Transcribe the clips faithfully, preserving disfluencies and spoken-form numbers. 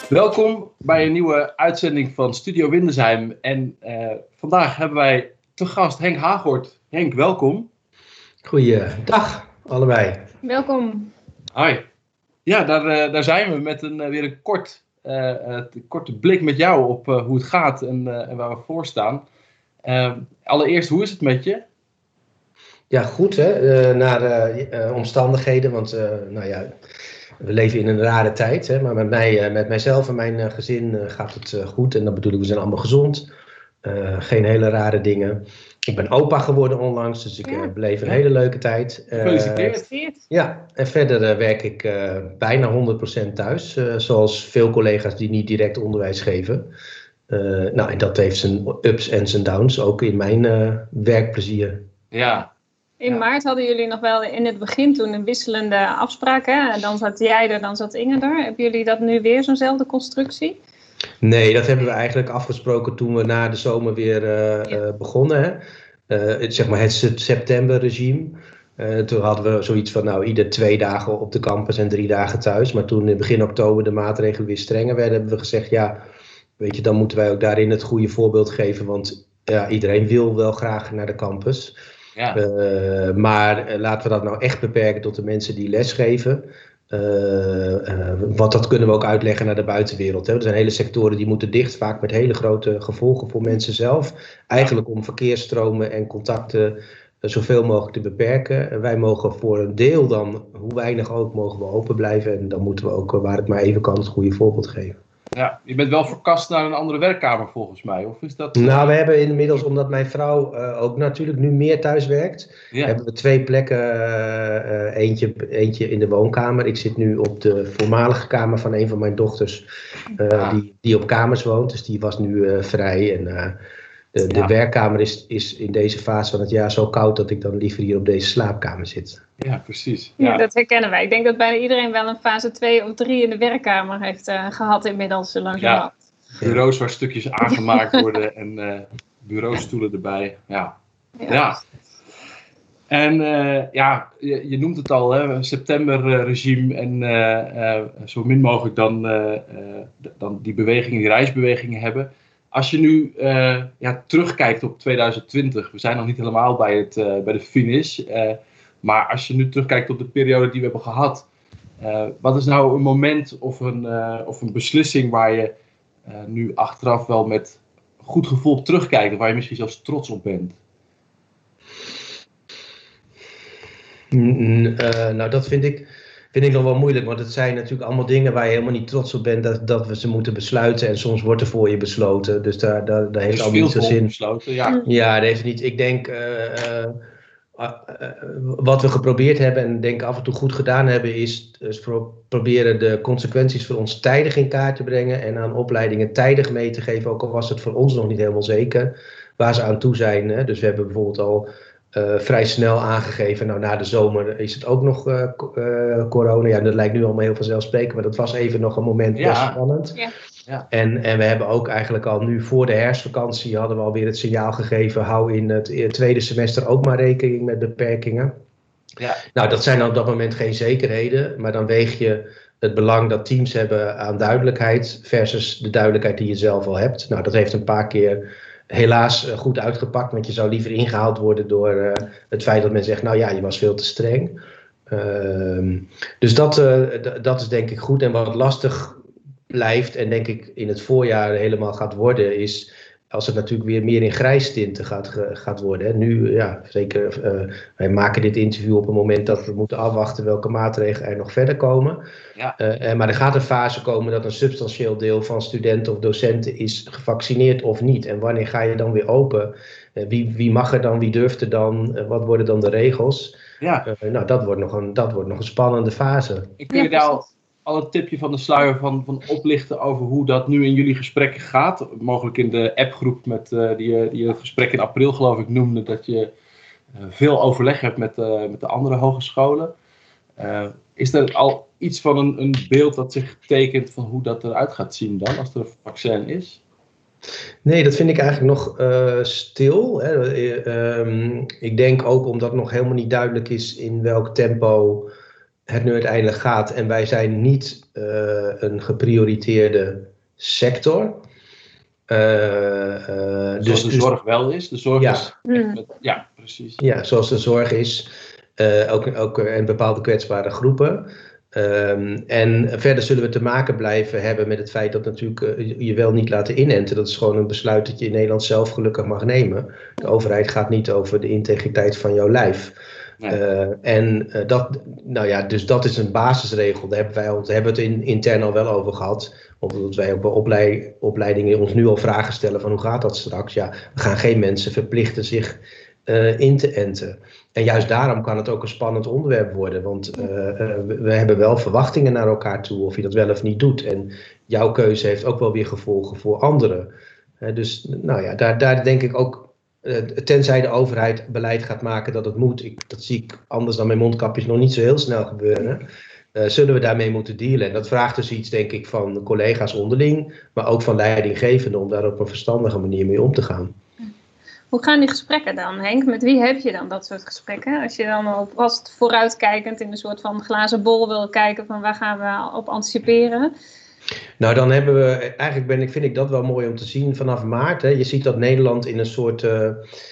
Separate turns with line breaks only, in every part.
Welkom bij een nieuwe uitzending van Studio Windesheim. En uh, vandaag hebben wij te gast Henk Hagort. Henk, welkom.
Goeiedag, allebei.
Welkom.
Hoi. Ja, daar, uh, daar zijn we met een, uh, weer een kort, uh, uh, korte blik met jou op uh, hoe het gaat en, uh, en waar we voor staan. Uh, allereerst, hoe is het met je?
Ja, goed hè, uh, naar uh, uh, omstandigheden, want uh, nou ja, we leven in een rare tijd, hè? Maar met, mij, uh, met mijzelf en mijn uh, gezin uh, gaat het uh, goed. En dat bedoel ik, we zijn allemaal gezond, uh, geen hele rare dingen. Ik ben opa geworden onlangs, dus ik ja. uh, beleef een ja. hele leuke tijd. Uh,
Gefeliciteerd.
Ja, en verder uh, werk ik uh, bijna honderd procent thuis, uh, zoals veel collega's die niet direct onderwijs geven. Uh, nou, en dat heeft zijn ups en zijn downs, ook in mijn uh, werkplezier.
Ja.
In
ja.
maart hadden jullie nog wel in het begin toen een wisselende afspraak. Hè? Dan zat jij er, dan zat Inge er. Hebben jullie dat nu weer zo'nzelfde constructie?
Nee, dat hebben we eigenlijk afgesproken toen we na de zomer weer uh, ja. uh, begonnen. Hè? Uh, het, zeg maar het septemberregime. Uh, toen hadden we zoiets van nou ieder twee dagen op de campus en drie dagen thuis. Maar toen in begin oktober de maatregelen weer strenger werden, hebben we gezegd ja, weet je, dan moeten wij ook daarin het goede voorbeeld geven. Want ja, iedereen wil wel graag naar de campus. Ja. Uh, maar uh, laten we dat nou echt beperken tot de mensen die lesgeven. Uh, uh, want dat kunnen we ook uitleggen naar de buitenwereld. Hè. Er zijn hele sectoren die moeten dicht, vaak met hele grote gevolgen voor mensen zelf. Eigenlijk om verkeersstromen en contacten uh, zoveel mogelijk te beperken. Uh, wij mogen voor een deel dan, hoe weinig ook, mogen we open blijven. En dan moeten we ook, uh, waar het maar even kan, het goede voorbeeld geven.
Ja, je bent wel verkast naar een andere werkkamer volgens mij, of is dat...
Nou, we hebben inmiddels, omdat mijn vrouw uh, ook natuurlijk nu meer thuis werkt, ja. hebben we twee plekken, uh, eentje, eentje in de woonkamer. Ik zit nu op de voormalige kamer van een van mijn dochters, uh, ja. die, die op kamers woont, dus die was nu uh, vrij. En uh, de, de ja. werkkamer is, is in deze fase van het jaar zo koud dat ik dan liever hier op deze slaapkamer zit.
Ja, precies.
Ja. Ja, dat herkennen wij. Ik denk dat bijna iedereen wel een fase twee of drie in de werkkamer heeft uh, gehad inmiddels. Zo lang
ja, bureaus waar stukjes aangemaakt worden en uh, bureaustoelen erbij. Ja. Ja. ja. En uh, ja, je, je noemt het al, hè, septemberregime en uh, uh, zo min mogelijk dan, uh, uh, dan die bewegingen, die reisbewegingen hebben. Als je nu uh, ja, terugkijkt op twintig twintig, we zijn nog niet helemaal bij, het, uh, bij de finish... Uh, Maar als je nu terugkijkt op de periode die we hebben gehad, uh, wat is nou een moment of een, uh, of een beslissing waar je uh, nu achteraf wel met goed gevoel terugkijkt, of waar je misschien zelfs trots op bent?
Mm, uh, nou, dat vind ik, vind ik nog wel moeilijk, want het zijn natuurlijk allemaal dingen waar je helemaal niet trots op bent dat, dat we ze moeten besluiten en soms wordt er voor je besloten. Dus daar, daar, daar heeft
dus
al niet zo zin.
Besloten, ja.
Ja, dat heeft niet. Ik denk. Uh, uh, Uh, uh, wat we geprobeerd hebben en denk af en toe goed gedaan hebben is, is pro- proberen de consequenties voor ons tijdig in kaart te brengen en aan opleidingen tijdig mee te geven, ook al was het voor ons nog niet helemaal zeker waar ze aan toe zijn. Hè? Dus we hebben bijvoorbeeld al uh, vrij snel aangegeven, nou na de zomer is het ook nog uh, uh, corona. Ja, dat lijkt nu allemaal heel vanzelfsprekend, maar dat was even nog een moment best
ja.
spannend.
Ja.
Ja. En, en we hebben ook eigenlijk al nu voor de herfstvakantie hadden we alweer het signaal gegeven, hou in het tweede semester ook maar rekening met beperkingen.
Ja.
Nou, dat zijn op dat moment geen zekerheden, maar dan weeg je het belang dat teams hebben aan duidelijkheid versus de duidelijkheid die je zelf al hebt. Nou, dat heeft een paar keer helaas goed uitgepakt, want je zou liever ingehaald worden door uh, het feit dat men zegt, nou ja, je was veel te streng. Uh, dus dat, uh, d- dat is denk ik goed en wat lastig blijft en denk ik in het voorjaar helemaal gaat worden is als het natuurlijk weer meer in grijstinten gaat, gaat worden. Hè. Nu, ja, zeker, uh, wij maken dit interview op een moment dat we moeten afwachten welke maatregelen er nog verder komen.
Ja.
Uh, maar er gaat een fase komen dat een substantieel deel van studenten of docenten is gevaccineerd of niet. En wanneer ga je dan weer open? Uh, wie, wie mag er dan, wie durft er dan? Uh, wat worden dan de regels?
Ja.
Uh, nou, dat wordt, nog een, dat wordt nog een spannende fase.
Ik kun je daar al, al een tipje van de sluier van, van oplichten over hoe dat nu in jullie gesprekken gaat? Mogelijk in de appgroep met, uh, die, je, die je het gesprek in april geloof ik noemde, dat je uh, veel overleg hebt met, uh, met de andere hogescholen. Uh, is er al iets van een, een beeld dat zich tekent van hoe dat eruit gaat zien dan, als er een vaccin is?
Nee, dat vind ik eigenlijk nog uh, stil. Hè. Uh, um, ik denk ook omdat nog helemaal niet duidelijk is in welk tempo het nu uiteindelijk gaat. En wij zijn niet uh, een geprioriteerde sector. Uh,
uh, dus, zoals de dus, zorg wel is. De zorg
ja.
is echt met, ja, precies.
Ja, zoals de zorg is. Uh, ook, ook in bepaalde kwetsbare groepen. Um, en verder zullen we te maken blijven hebben met het feit dat natuurlijk uh, je wel niet laten inenten. Dat is gewoon een besluit dat je in Nederland zelf gelukkig mag nemen. De overheid gaat niet over de integriteit van jouw lijf. Nee. Uh, en uh, dat, nou ja, dus dat is een basisregel. Daar hebben wij daar hebben we het in, intern al wel over gehad. Omdat wij op opleid, opleidingen ons nu al vragen stellen van hoe gaat dat straks? Ja, we gaan geen mensen verplichten zich uh, in te enten. En juist daarom kan het ook een spannend onderwerp worden. Want uh, uh, we, we hebben wel verwachtingen naar elkaar toe of je dat wel of niet doet. En jouw keuze heeft ook wel weer gevolgen voor anderen. Uh, dus nou ja, daar, daar denk ik ook... Uh, tenzij de overheid beleid gaat maken dat het moet, ik, dat zie ik anders dan mijn mondkapjes nog niet zo heel snel gebeuren, uh, zullen we daarmee moeten dealen. En dat vraagt dus iets, denk ik, van collega's onderling, maar ook van leidinggevenden om daar op een verstandige manier mee om te gaan.
Hoe gaan die gesprekken dan, Henk? Met wie heb je dan dat soort gesprekken? Als je dan op, als het vooruitkijkend in een soort van glazen bol wil kijken van waar gaan we op anticiperen?
Nou, dan hebben we, eigenlijk ben ik, vind ik dat wel mooi om te zien vanaf maart. Hè. Je ziet dat Nederland in een soort uh,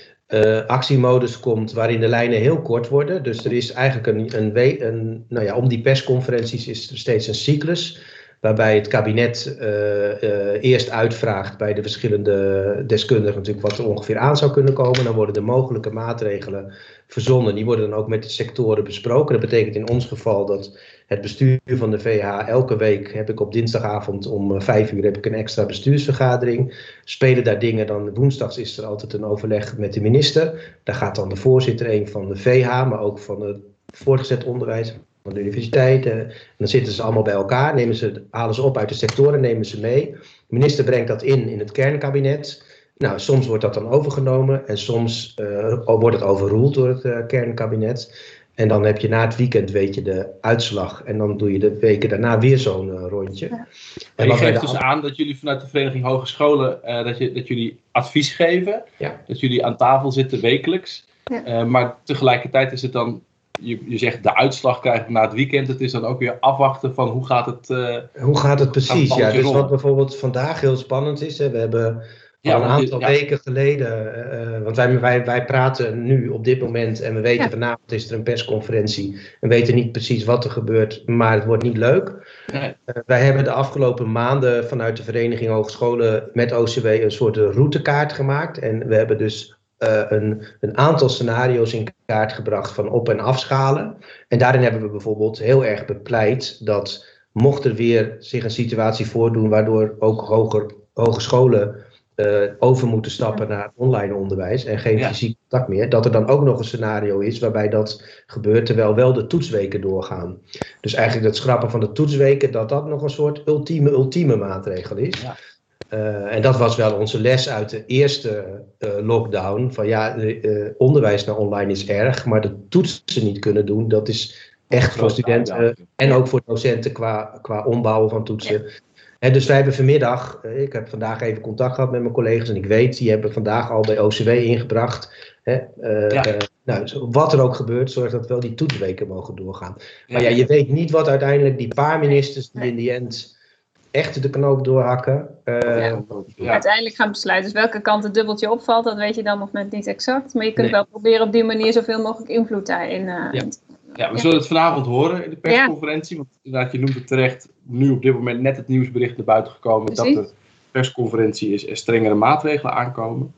uh, actiemodus komt waarin de lijnen heel kort worden. Dus er is eigenlijk een, een, we- een nou ja, om die persconferenties is er steeds een cyclus. Waarbij het kabinet uh, uh, eerst uitvraagt bij de verschillende deskundigen natuurlijk wat er ongeveer aan zou kunnen komen. Dan worden de mogelijke maatregelen verzonnen. Die worden dan ook met de sectoren besproken. Dat betekent in ons geval dat het bestuur van de V H elke week heb ik op dinsdagavond om vijf uur heb ik een extra bestuursvergadering. Spelen daar dingen dan, woensdags is er altijd een overleg met de minister. Daar gaat dan de voorzitter een van de V H, maar ook van het voortgezet onderwijs. Van de universiteiten. En dan zitten ze allemaal bij elkaar, nemen ze, halen ze op uit de sectoren, nemen ze mee. De minister brengt dat in in het kernkabinet. Nou, soms wordt dat dan overgenomen en soms uh, wordt het overroeld door het uh, kernkabinet. En dan heb je na het weekend weet je de uitslag. En dan doe je de weken daarna weer zo'n uh, rondje.
Ja.
En je geeft dus aan dat jullie vanuit de Vereniging Hogescholen, uh, dat, je, dat jullie advies geven.
Ja.
Dat jullie aan tafel zitten wekelijks.
Ja.
Uh, maar tegelijkertijd is het dan... Je, je zegt de uitslag krijgen we na het weekend. Het is dan ook weer afwachten van hoe gaat het... Uh,
hoe gaat het precies?
Gaat
ja, dus
rollen?
wat bijvoorbeeld vandaag heel spannend is. Hè, we hebben
ja,
al een aantal
ja.
weken geleden... Uh, want wij, wij, wij praten nu op dit moment... en we weten ja. vanavond is er een persconferentie... en weten niet precies wat er gebeurt... maar het wordt niet leuk.
Nee.
Uh, wij hebben de afgelopen maanden... vanuit de Vereniging Hogescholen... met O C W een soort routekaart gemaakt. En we hebben dus... Uh, een, een aantal scenario's in kaart gebracht van op- en afschalen. En daarin hebben we bijvoorbeeld heel erg bepleit dat mocht er weer zich een situatie voordoen waardoor ook hoger, hogescholen uh, over moeten stappen naar online onderwijs en geen
ja.
fysiek contact meer, dat er dan ook nog een scenario is waarbij dat gebeurt terwijl wel de toetsweken doorgaan. Dus eigenlijk het schrappen van de toetsweken, dat dat nog een soort ultieme, ultieme maatregel is. Ja. Uh, en dat was wel onze les uit de eerste uh, lockdown. Van ja, de, uh, onderwijs naar online is erg, maar de toetsen niet kunnen doen, dat is echt voor studenten uh, en ook voor docenten qua, qua ombouwen van toetsen. Ja. En dus wij hebben vanmiddag, uh, ik heb vandaag even contact gehad met mijn collega's en ik weet, die hebben vandaag al bij O C W ingebracht. Hè, uh, ja. uh, nou, wat er ook gebeurt, zorg dat wel die toetsweken mogen doorgaan. Maar ja, je weet niet wat uiteindelijk die paar ministers die in die end... echt de knoop doorhakken. Uh,
ja. Ja. Uiteindelijk gaan besluiten. Dus welke kant het dubbeltje opvalt, dat weet je dan nog net niet exact. Maar je kunt nee. wel proberen op die manier zoveel mogelijk invloed daarin. Uh,
ja. ja, we ja. zullen het vanavond horen in de persconferentie. Ja. Want inderdaad, je noemt het terecht, nu op dit moment net het nieuwsbericht naar buiten gekomen. Precies. Dat de persconferentie is en strengere maatregelen aankomen.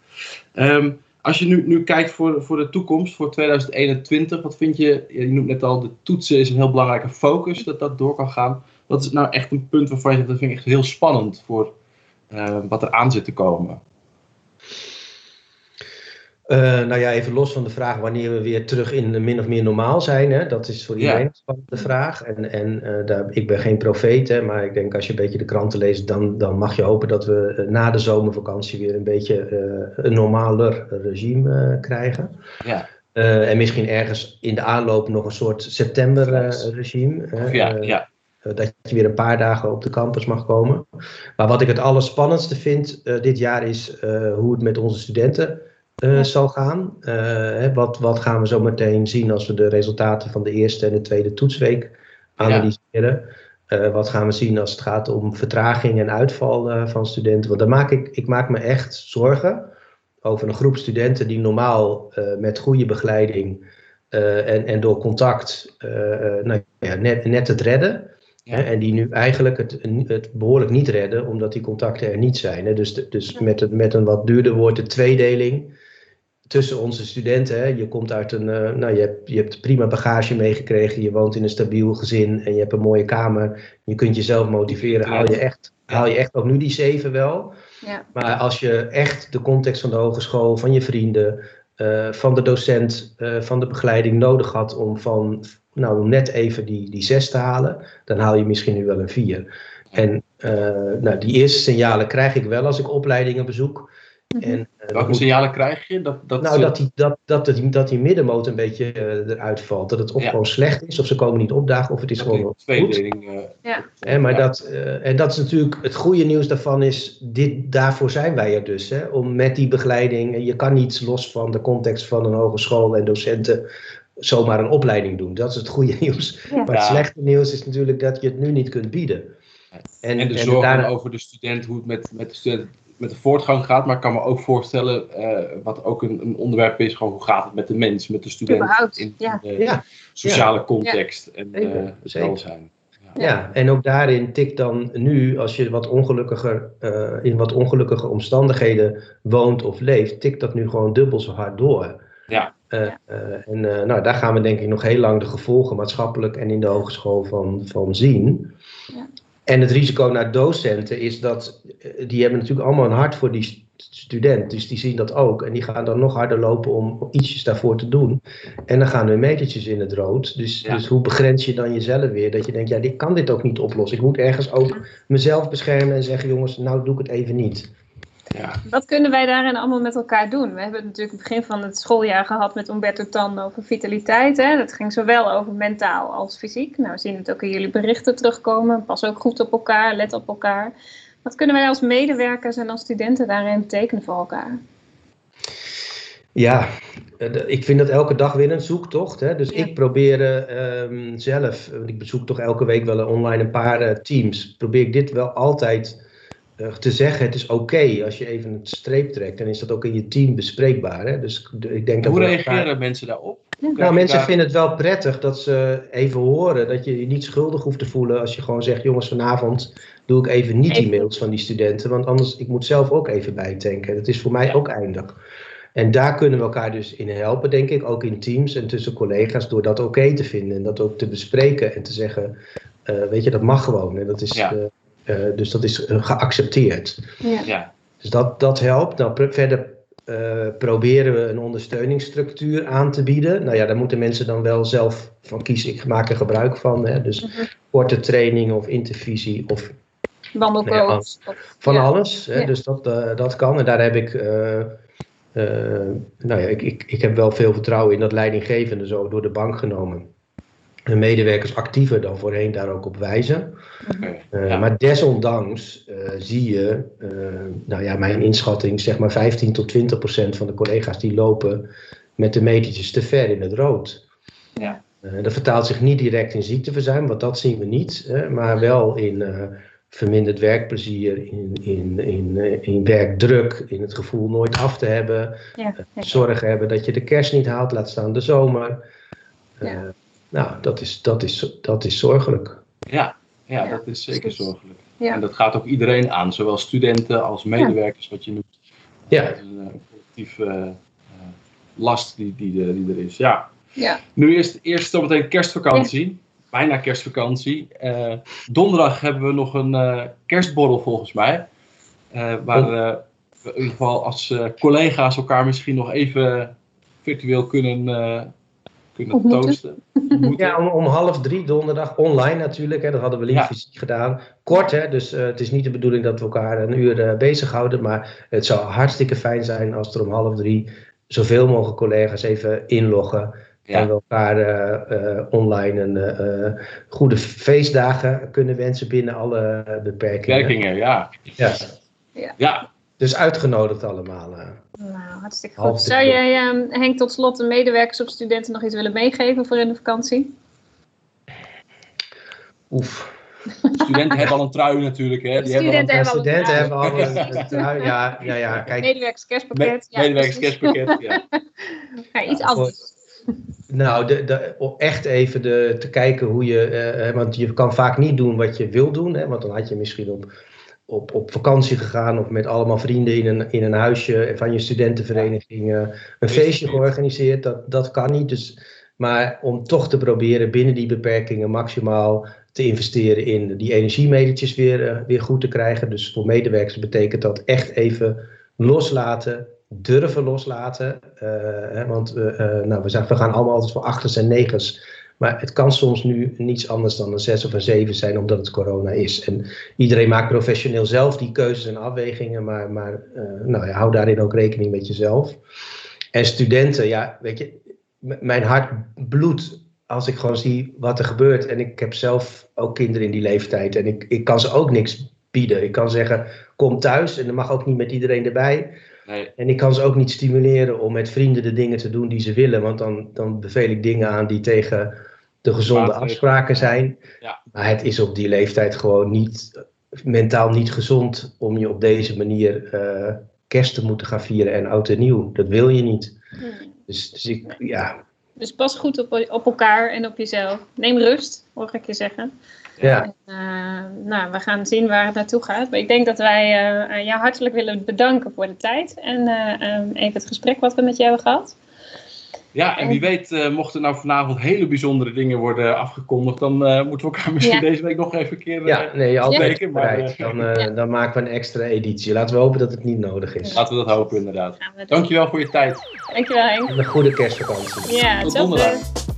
Um, als je nu, nu kijkt voor, voor de toekomst, voor tweeduizend eenentwintig, wat vind je, je noemt net al, de toetsen is een heel belangrijke focus, dat dat door kan gaan. Wat is nou echt een punt waarvan je zegt, dat vind ik echt heel spannend voor uh, wat er aan zit te komen?
Uh, nou ja, even los van de vraag wanneer we weer terug in min of meer normaal zijn. Hè? Dat is voor iedereen ja. een spannende vraag. En, en uh, daar, ik ben geen profeet, hè, maar ik denk als je een beetje de kranten leest, dan, dan mag je hopen dat we uh, na de zomervakantie weer een beetje uh, een normaler regime uh, krijgen.
Ja.
Uh, en misschien ergens in de aanloop nog een soort september uh, regime. Uh,
ja, ja.
Uh, dat je weer een paar dagen op de campus mag komen. Maar wat ik het allerspannendste vind uh, dit jaar is uh, hoe het met onze studenten uh, zal gaan. Uh, hè, wat, wat gaan we zo meteen zien als we de resultaten van de eerste en de tweede toetsweek analyseren? Ja. Uh, wat gaan we zien als het gaat om vertraging en uitval uh, van studenten? Want daar maak ik, ik maak me echt zorgen over een groep studenten die normaal uh, met goede begeleiding uh, en, en door contact uh, nou ja, net, net het redden. Ja. Hè, en die nu eigenlijk het, het behoorlijk niet redden, omdat die contacten er niet zijn. Hè. Dus, de, dus met, het, met een wat duurder woord, de tweedeling tussen onze studenten. Hè. Je komt uit een, uh, nou, je hebt, je hebt prima bagage meegekregen, je woont in een stabiel gezin en je hebt een mooie kamer. Je kunt jezelf motiveren, haal je echt, haal je echt ook nu die zeven wel. Ja. Maar als je echt de context van de hogeschool, van je vrienden, uh, van de docent, uh, van de begeleiding nodig had om van, nou, om net even die, die zes te halen, dan haal je misschien nu wel een vier. En uh, nou, die eerste signalen krijg ik wel als ik opleidingen bezoek.
En, uh, Welke moet... signalen krijg je? Dat, dat
nou, dat die, dat, dat, dat, die, dat die middenmoot een beetje uh, eruit valt. Dat het of ja. gewoon slecht is, of ze komen niet opdagen, of het is dat gewoon
tweedeling. Uh,
ja. En, maar ja. dat, uh, en dat is natuurlijk, het goede nieuws daarvan is, dit, daarvoor zijn wij er dus. Hè, om met die begeleiding, je kan niet los van de context van een hogeschool en docenten zomaar een opleiding doen. Dat is het goede nieuws. Ja. Maar het ja. slechte nieuws is natuurlijk dat je het nu niet kunt bieden.
En, en de en zorgen daar... over de student, hoe het met, met de student met de voortgang gaat, maar ik kan me ook voorstellen, uh, wat ook een, een onderwerp is, gewoon hoe gaat het met de mens, met de student in,
ja.
in de ja. sociale ja. context ja. en uh, het welzijn.
Ja. ja, en ook daarin tikt dan nu, als je wat ongelukkiger, uh, in wat ongelukkige omstandigheden woont of leeft, tikt dat nu gewoon dubbel zo hard door.
Ja.
Uh, uh, en uh, nou, daar gaan we denk ik nog heel lang de gevolgen maatschappelijk en in de hogeschool van, van zien. Ja. En het risico naar docenten is dat, die hebben natuurlijk allemaal een hart voor die student. Dus die zien dat ook. En die gaan dan nog harder lopen om ietsjes daarvoor te doen. En dan gaan hun metertjes in het rood. Dus, ja. dus hoe begrens je dan jezelf weer? Dat je denkt, ja, ik kan dit ook niet oplossen. Ik moet ergens ook mezelf beschermen en zeggen, jongens, nou doe ik het even niet.
Ja. Wat kunnen wij daarin allemaal met elkaar doen? We hebben het natuurlijk het begin van het schooljaar gehad met Umberto Tan over vitaliteit. Hè? Dat ging zowel over mentaal als fysiek. Nou, we zien het ook in jullie berichten terugkomen. Pas ook goed op elkaar, let op elkaar. Wat kunnen wij als medewerkers en als studenten daarin betekenen voor elkaar?
Ja, ik vind dat elke dag weer een zoektocht. Hè? Dus ja. ik probeer uh, zelf, ik bezoek toch elke week wel online een paar uh, teams. Probeer ik dit wel altijd te zeggen, het is oké okay. Als je even een streep trekt, dan is dat ook in je team bespreekbaar. Hè? Dus ik denk
Hoe
dat
reageren elkaar... mensen daarop?
Nou, mensen daar... vinden het wel prettig dat ze even horen, dat je je niet schuldig hoeft te voelen als je gewoon zegt, jongens, vanavond doe ik even niet die mails van die studenten, want anders, ik moet zelf ook even bijtanken. Dat is voor mij ja. ook eindig. En daar kunnen we elkaar dus in helpen, denk ik, ook in teams en tussen collega's, door dat oké okay te vinden en dat ook te bespreken en te zeggen, uh, weet je, dat mag gewoon. En dat is... Ja. Uh, Uh, dus dat is uh, geaccepteerd.
Ja. Ja.
Dus dat, dat helpt. Nou, pr- verder uh, proberen we een ondersteuningsstructuur aan te bieden. Nou ja, daar moeten mensen dan wel zelf van kiezen. Ik maak er gebruik van. Hè. Dus uh-huh. korte trainingen of intervisie of
wandelcoach.
Nou ja, van ja. alles. Hè. Ja. Dus dat, uh, dat kan. En daar heb ik... Uh, uh, nou ja, ik, ik, ik heb wel veel vertrouwen in dat leidinggevende zo door de bank genomen. De medewerkers actiever dan voorheen daar ook op wijzen. Okay, uh, ja. Maar desondanks uh, zie je, uh, nou ja, mijn inschatting, zeg maar vijftien tot twintig procent van de collega's die lopen met de metertjes te ver in het rood.
Ja.
Uh, dat vertaalt zich niet direct in ziekteverzuim, want dat zien we niet. Hè, maar wel in uh, verminderd werkplezier, in, in, in, uh, in werkdruk, in het gevoel nooit af te hebben.
Ja,
uh, zorgen hebben dat je de kerst niet haalt, laat staan de zomer. Uh,
ja.
Nou, dat is, dat, is, dat is zorgelijk.
Ja, ja, ja, dat is zeker zorgelijk. Ja. En dat gaat ook iedereen aan, zowel studenten als medewerkers, ja. wat je noemt.
Ja.
Dat is een collectieve uh, last die, die, die er is. Ja.
Ja.
Nu is het eerst zometeen kerstvakantie, ja. bijna kerstvakantie. Uh, donderdag hebben we nog een uh, kerstborrel volgens mij. Uh, waar uh, we in ieder geval als uh, collega's elkaar misschien nog even virtueel kunnen... Uh, kunnen toosten.
Ja, om, om half drie donderdag online natuurlijk. Hè, dat hadden we liever ja. fysiek gedaan. Kort, hè, dus uh, het is niet de bedoeling dat we elkaar een uur uh, bezighouden. Maar het zou hartstikke fijn zijn als er om half drie zoveel mogelijk collega's even inloggen. Ja. En we elkaar uh, uh, online een uh, goede feestdagen kunnen wensen binnen alle uh, beperkingen.
Beperkingen, ja.
Ja.
Ja.
ja.
Dus uitgenodigd allemaal. Uh.
Nou, hartstikke
Half
goed.
te
Zou
druk.
jij, um, Henk, tot slot de medewerkers of studenten nog iets willen meegeven voor in de vakantie?
Oef.
Studenten hebben al een trui natuurlijk. Hè? Die hebben al
Studenten
een
Ja,
hebben al een
studenten
trui.
hebben al een, een trui. Ja, ja, ja, kijk.
Medewerkers kerstpakket.
me- medewerkers kerstpakket. Ja.
Ja, iets
Ja,
anders.
Nou, de, de, om echt even de, te kijken hoe je, eh, want je kan vaak niet doen wat je wil doen, hè, want dan had je misschien op, op, op vakantie gegaan of met allemaal vrienden in een, in een huisje van je studentenvereniging uh, een feestje georganiseerd. Dat, dat kan niet, dus, maar om toch te proberen binnen die beperkingen maximaal te investeren in die energiemetertjes weer, uh, weer goed te krijgen. Dus voor medewerkers betekent dat echt even loslaten. Durven loslaten, uh, hè, want uh, uh, nou, we, zijn, we gaan allemaal altijd voor achters en negens, maar het kan soms nu niets anders dan een zes of een zeven zijn, omdat het corona is. En iedereen maakt professioneel zelf die keuzes en afwegingen, maar, maar uh, nou, ja, hou daarin ook rekening met jezelf. En studenten, ja, weet je, m- mijn hart bloedt als ik gewoon zie wat er gebeurt. En ik heb zelf ook kinderen in die leeftijd en ik, ik kan ze ook niks bieden. Ik kan zeggen, kom thuis en er mag ook niet met iedereen erbij.
Nee.
En ik kan ze ook niet stimuleren om met vrienden de dingen te doen die ze willen. Want dan, dan beveel ik dingen aan die tegen de gezonde
Maatregelen.
afspraken zijn.
Ja.
Maar het is op die leeftijd gewoon niet, mentaal niet gezond om je op deze manier uh, kerst te moeten gaan vieren en oud en nieuw. Dat wil je niet.
Hmm.
Dus, dus ik, ja.
Dus pas goed op, op elkaar en op jezelf. Neem rust, hoor ik je zeggen.
Ja.
En, uh, nou, we gaan zien waar het naartoe gaat. Maar ik denk dat wij uh, jou hartelijk willen bedanken voor de tijd. En uh, um, even het gesprek wat we met jou hebben gehad.
Ja, en wie weet, uh, mochten nou vanavond hele bijzondere dingen worden afgekondigd, dan uh, moeten we elkaar misschien
Ja.
deze week nog even een keer uh,
Ja, nee, altijd
spreken, maar,
bereid.
uh,
Dan, uh,
Ja.
dan maken we een extra editie. Laten we hopen dat het niet nodig is.
Laten we dat hopen inderdaad.
Gaan we doen.
Dankjewel voor je tijd.
Dankjewel, Henk.
Een goede kerstvakantie.
Ja,
Tot
hetzelfde.
donderdag.